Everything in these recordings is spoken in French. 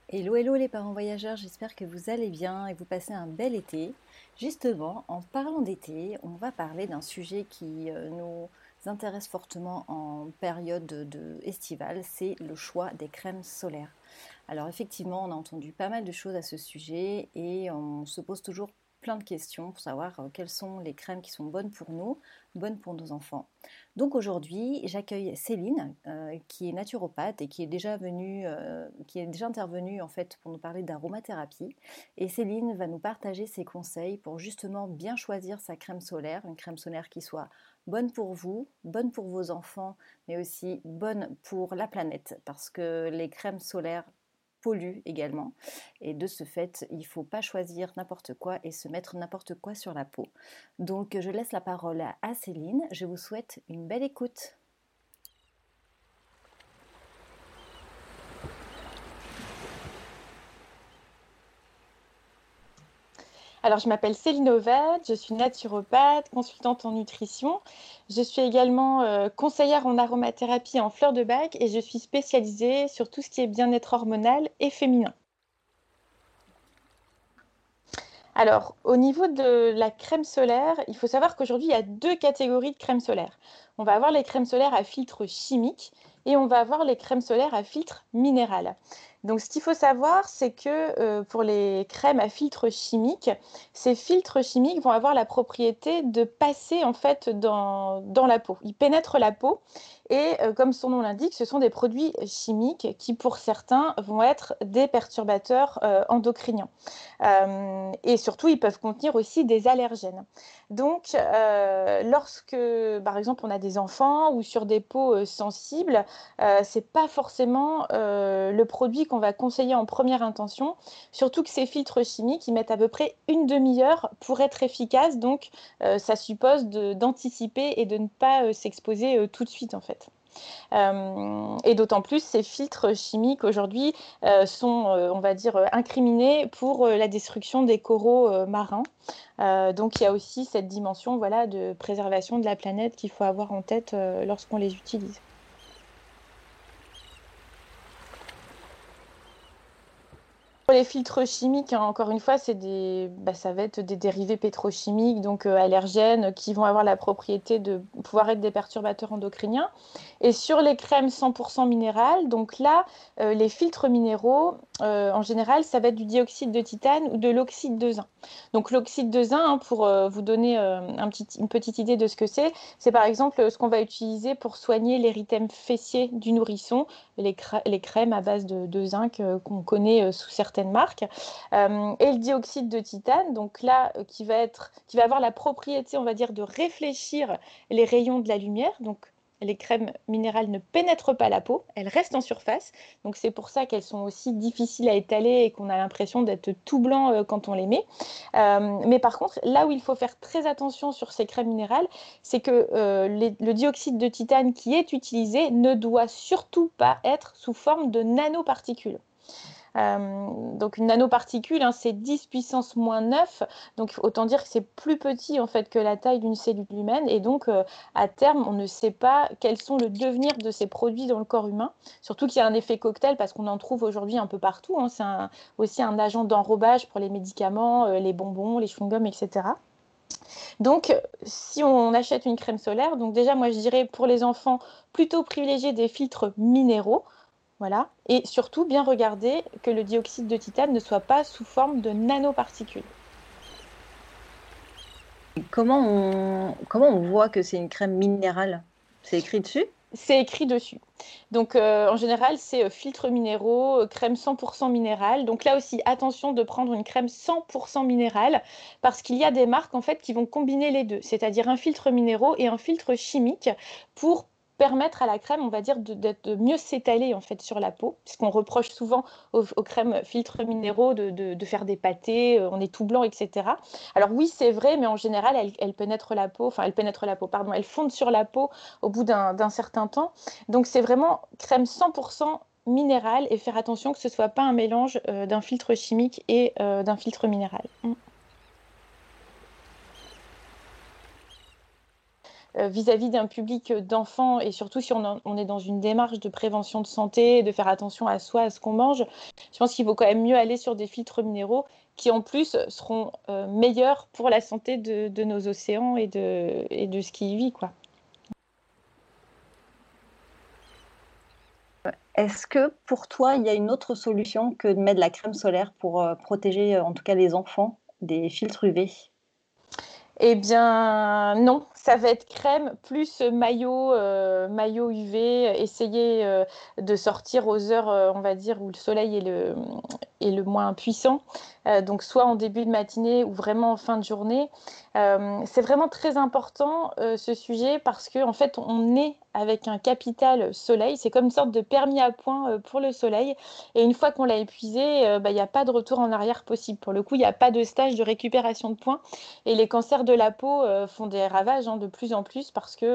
Hello, hello les parents voyageurs, j'espère que vous allez bien et vous passez un bel été. Justement, en parlant d'été, on va parler d'un sujet qui nous intéresse fortement en période estivale, c'est le choix des crèmes solaires. Alors effectivement, on a entendu pas mal de choses à ce sujet et on se pose toujours plein de questions pour savoir quelles sont les crèmes qui sont bonnes pour nous, bonnes pour nos enfants. Donc aujourd'hui, j'accueille Céline, qui est naturopathe et qui est déjà intervenue en fait pour nous parler d'aromathérapie. Et Céline va nous partager ses conseils pour justement bien choisir sa crème solaire, une crème solaire qui soit bonne pour vous, bonne pour vos enfants, mais aussi bonne pour la planète, parce que les crèmes solaires polluent également. Et de ce fait, il ne faut pas choisir n'importe quoi et se mettre n'importe quoi sur la peau. Donc je laisse la parole à Céline. Je vous souhaite une belle écoute. Alors, je m'appelle Céline Ovade, je suis naturopathe, consultante en nutrition. Je suis également conseillère en aromathérapie et en fleurs de bac et je suis spécialisée sur tout ce qui est bien-être hormonal et féminin. Alors, au niveau de la crème solaire, il faut savoir qu'aujourd'hui, il y a deux catégories de crèmes solaires. On va avoir les crèmes solaires à filtre chimique et on va avoir les crèmes solaires à filtre minéral. Donc, ce qu'il faut savoir, c'est que pour les crèmes à filtre chimique, ces filtres chimiques vont avoir la propriété de passer en fait dans la peau. Ils pénètrent la peau et comme son nom l'indique, ce sont des produits chimiques qui, pour certains, vont être des perturbateurs endocriniens. Et surtout, ils peuvent contenir aussi des allergènes. Donc, lorsque, par exemple, on a des enfants ou sur des peaux sensibles, c'est pas forcément le produit qu'on va conseiller en première intention. Surtout que ces filtres chimiques, ils mettent à peu près une demi-heure pour être efficaces. Donc, ça suppose d'anticiper et de ne pas s'exposer tout de suite, en fait. Et d'autant plus, ces filtres chimiques aujourd'hui sont, on va dire, incriminés pour la destruction des coraux marins. Donc il y a aussi cette dimension, voilà, de préservation de la planète qu'il faut avoir en tête lorsqu'on les utilise. Pour les filtres chimiques, hein, encore une fois, ça va être des dérivés pétrochimiques, donc allergènes, qui vont avoir la propriété de pouvoir être des perturbateurs endocriniens. Et sur les crèmes 100% minérales, donc là, les filtres minéraux, en général, ça va être du dioxyde de titane ou de l'oxyde de zinc. Donc l'oxyde de zinc, hein, pour vous donner une petite idée de ce que c'est par exemple ce qu'on va utiliser pour soigner l'érythème fessier du nourrisson, les crèmes à base de zinc qu'on connaît sous certaines marques. Et le dioxyde de titane, donc là, qui va avoir la propriété, on va dire, de réfléchir les rayons de la lumière. Donc, les crèmes minérales ne pénètrent pas la peau, elles restent en surface. Donc, c'est pour ça qu'elles sont aussi difficiles à étaler et qu'on a l'impression d'être tout blanc quand on les met. Mais par contre, là où il faut faire très attention sur ces crèmes minérales, c'est que le dioxyde de titane qui est utilisé ne doit surtout pas être sous forme de nanoparticules. Donc une nanoparticule, hein, c'est 10 puissance moins 9, donc autant dire que c'est plus petit en fait que la taille d'une cellule humaine, et donc à terme on ne sait pas quels sont le devenir de ces produits dans le corps humain, surtout qu'il y a un effet cocktail parce qu'on en trouve aujourd'hui un peu partout, hein. Aussi un agent d'enrobage pour les médicaments, les bonbons, les chewing-gums, etc. Donc, si on achète une crème solaire, donc déjà, moi, je dirais pour les enfants, plutôt privilégier des filtres minéraux. Voilà. Et surtout, bien regarder que le dioxyde de titane ne soit pas sous forme de nanoparticules. Comment on voit que c'est une crème minérale? C'est écrit dessus? C'est écrit dessus. Donc, en général, c'est filtres minéraux, crème 100% minérale. Donc là aussi, attention de prendre une crème 100% minérale parce qu'il y a des marques en fait qui vont combiner les deux, c'est-à-dire un filtre minéraux et un filtre chimique pour permettre à la crème, on va dire, de mieux s'étaler en fait sur la peau, puisqu'on reproche souvent aux crèmes filtres minéraux de faire des pâtés, on est tout blanc, etc. Alors oui, c'est vrai, mais en général, elles pénètrent la peau, enfin, elles pénètrent la peau, pardon, elles fondent sur la peau au bout d'un certain temps. Donc c'est vraiment crème 100% minérale et faire attention que ce ne soit pas un mélange d'un filtre chimique et d'un filtre minéral. vis-à-vis d'un public d'enfants, et surtout si on est dans une démarche de prévention de santé, de faire attention à soi, à ce qu'on mange, je pense qu'il vaut quand même mieux aller sur des filtres minéraux qui en plus seront meilleurs pour la santé de nos océans et de ce qui y vit, quoi. Est-ce que pour toi, il y a une autre solution que de mettre de la crème solaire pour protéger en tout cas les enfants des filtres UV? Eh bien, non, ça va être crème plus maillot UV. Essayer de sortir aux heures, on va dire, où le soleil est le moins puissant. Donc, soit en début de matinée ou vraiment en fin de journée. C'est vraiment très important ce sujet parce qu'en fait, on est avec un capital soleil. C'est comme une sorte de permis à points pour le soleil. Et une fois qu'on l'a épuisé, il n'y a pas de retour en arrière possible. Pour le coup, il n'y a pas de stage de récupération de points. Et les cancers de la peau font des ravages de plus en plus parce que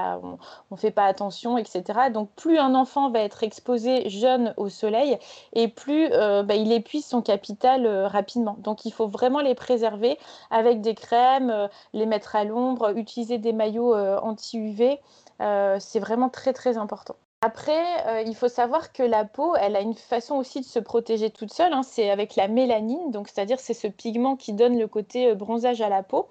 on fait pas attention, etc. Donc plus un enfant va être exposé jeune au soleil et plus il épuise son capital rapidement. Donc il faut vraiment les préserver avec des crèmes, les mettre à l'ombre, utiliser des maillots anti-UV. C'est vraiment très très important. Après, il faut savoir que la peau, elle a une façon aussi de se protéger toute seule, hein. C'est avec la mélanine, donc c'est-à-dire c'est ce pigment qui donne le côté bronzage à la peau.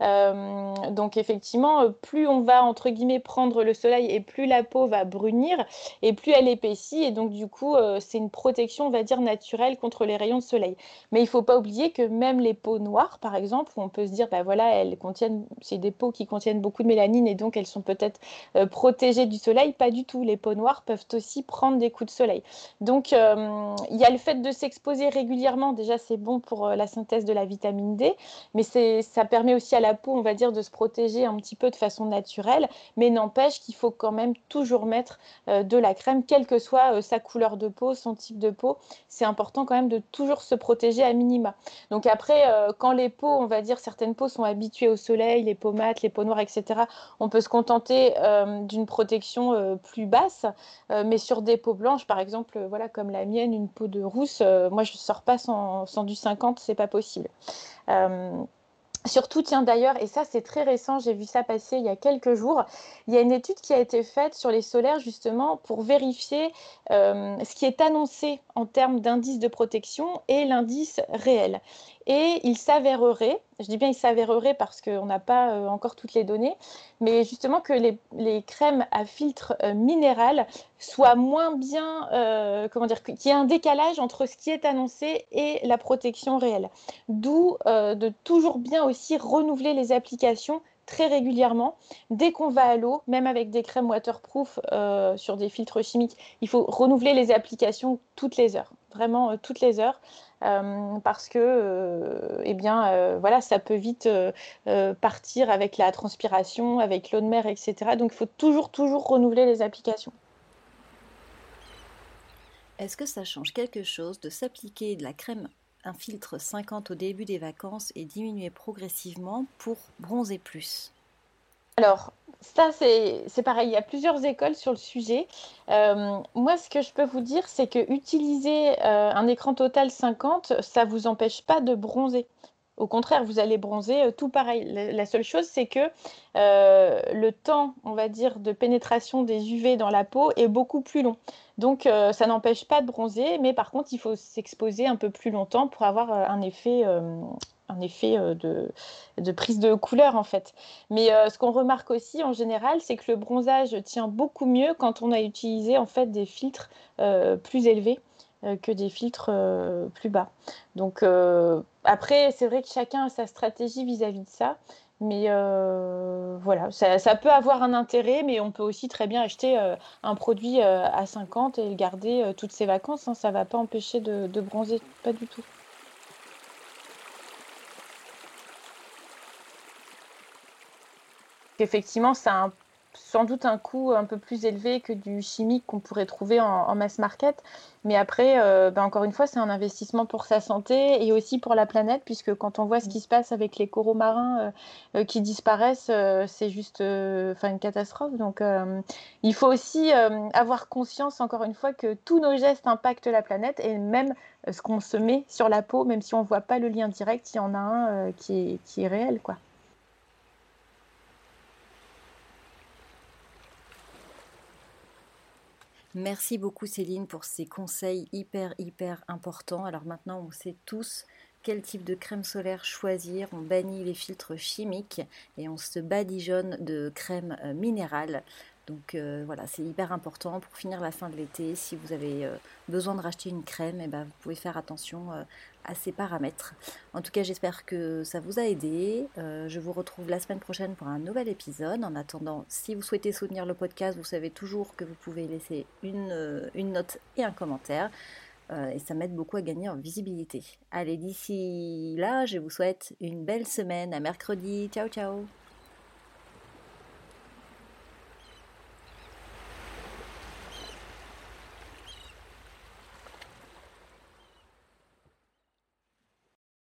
Donc effectivement, plus on va entre guillemets prendre le soleil et plus la peau va brunir et plus elle épaissit. Et donc du coup, c'est une protection, on va dire, naturelle contre les rayons de soleil. Mais il ne faut pas oublier que même les peaux noires, par exemple, où on peut se dire, bah voilà, c'est des peaux qui contiennent beaucoup de mélanine et donc elles sont peut-être protégées du soleil. Pas du tout. Les peaux noires peuvent aussi prendre des coups de soleil. Donc, il y a le fait de s'exposer régulièrement. Déjà, c'est bon pour la synthèse de la vitamine D, mais ça permet aussi à la peau, on va dire, de se protéger un petit peu de façon naturelle. Mais n'empêche qu'il faut quand même toujours mettre de la crème, quelle que soit sa couleur de peau, son type de peau. C'est important quand même de toujours se protéger à minima. Donc après, quand les peaux, on va dire, certaines peaux sont habituées au soleil, les peaux mates, les peaux noires, etc., on peut se contenter d'une protection plus basse, mais sur des peaux blanches, par exemple, voilà, comme la mienne, une peau de rousse, moi je ne sors pas sans du 50, c'est pas possible. Euh, Surtout, tiens d'ailleurs, et ça c'est très récent, j'ai vu ça passer il y a quelques jours, il y a une étude qui a été faite sur les solaires justement pour vérifier ce qui est annoncé en termes d'indice de protection et l'indice réel. Et il s'avérerait, je dis bien il s'avérerait parce qu'on n'a pas encore toutes les données, mais justement que les crèmes à filtre minéral soient moins bien, comment dire, qu'il y ait un décalage entre ce qui est annoncé et la protection réelle. D'où de toujours bien aussi renouveler les applications très régulièrement. Dès qu'on va à l'eau, même avec des crèmes waterproof sur des filtres chimiques, il faut renouveler les applications toutes les heures, vraiment toutes les heures. Parce que voilà, ça peut vite partir avec la transpiration, avec l'eau de mer, etc. Donc il faut toujours renouveler les applications. Est-ce que ça change quelque chose de s'appliquer de la crème, un filtre 50 au début des vacances et diminuer progressivement pour bronzer plus? Alors, ça, c'est pareil, il y a plusieurs écoles sur le sujet. Moi, ce que je peux vous dire, c'est que utiliser un écran total 50, ça ne vous empêche pas de bronzer. Au contraire, vous allez bronzer tout pareil. La seule chose, c'est que le temps, on va dire, de pénétration des UV dans la peau est beaucoup plus long. Donc, ça n'empêche pas de bronzer, mais par contre, il faut s'exposer un peu plus longtemps pour avoir un effet de prise de couleur, en fait. Mais ce qu'on remarque aussi en général, c'est que le bronzage tient beaucoup mieux quand on a utilisé en fait des filtres plus élevés que des filtres plus bas. Donc après, c'est vrai que chacun a sa stratégie vis-à-vis de ça. Mais voilà, ça peut avoir un intérêt, mais on peut aussi très bien acheter un produit à 50 et le garder toutes ses vacances, hein. Ça ne va pas empêcher de bronzer, pas du tout. Effectivement, ça a sans doute un coût un peu plus élevé que du chimique qu'on pourrait trouver en mass market. Mais après, encore une fois, c'est un investissement pour sa santé et aussi pour la planète, puisque quand on voit ce qui se passe avec les coraux marins qui disparaissent, c'est juste une catastrophe. Donc, il faut aussi avoir conscience, encore une fois, que tous nos gestes impactent la planète et même ce qu'on se met sur la peau, même si on ne voit pas le lien direct, il y en a un qui est réel, quoi. Merci beaucoup Céline pour ces conseils hyper hyper importants. Alors maintenant on sait tous quel type de crème solaire choisir. On bannit les filtres chimiques et on se badigeonne de crème minérale. Donc voilà, c'est hyper important pour finir la fin de l'été. Si vous avez besoin de racheter une crème, eh ben, vous pouvez faire attention à ces paramètres. En tout cas, j'espère que ça vous a aidé. Je vous retrouve la semaine prochaine pour un nouvel épisode. En attendant, si vous souhaitez soutenir le podcast, vous savez toujours que vous pouvez laisser une note et un commentaire. Et ça m'aide beaucoup à gagner en visibilité. Allez, d'ici là, je vous souhaite une belle semaine. À mercredi. Ciao, ciao.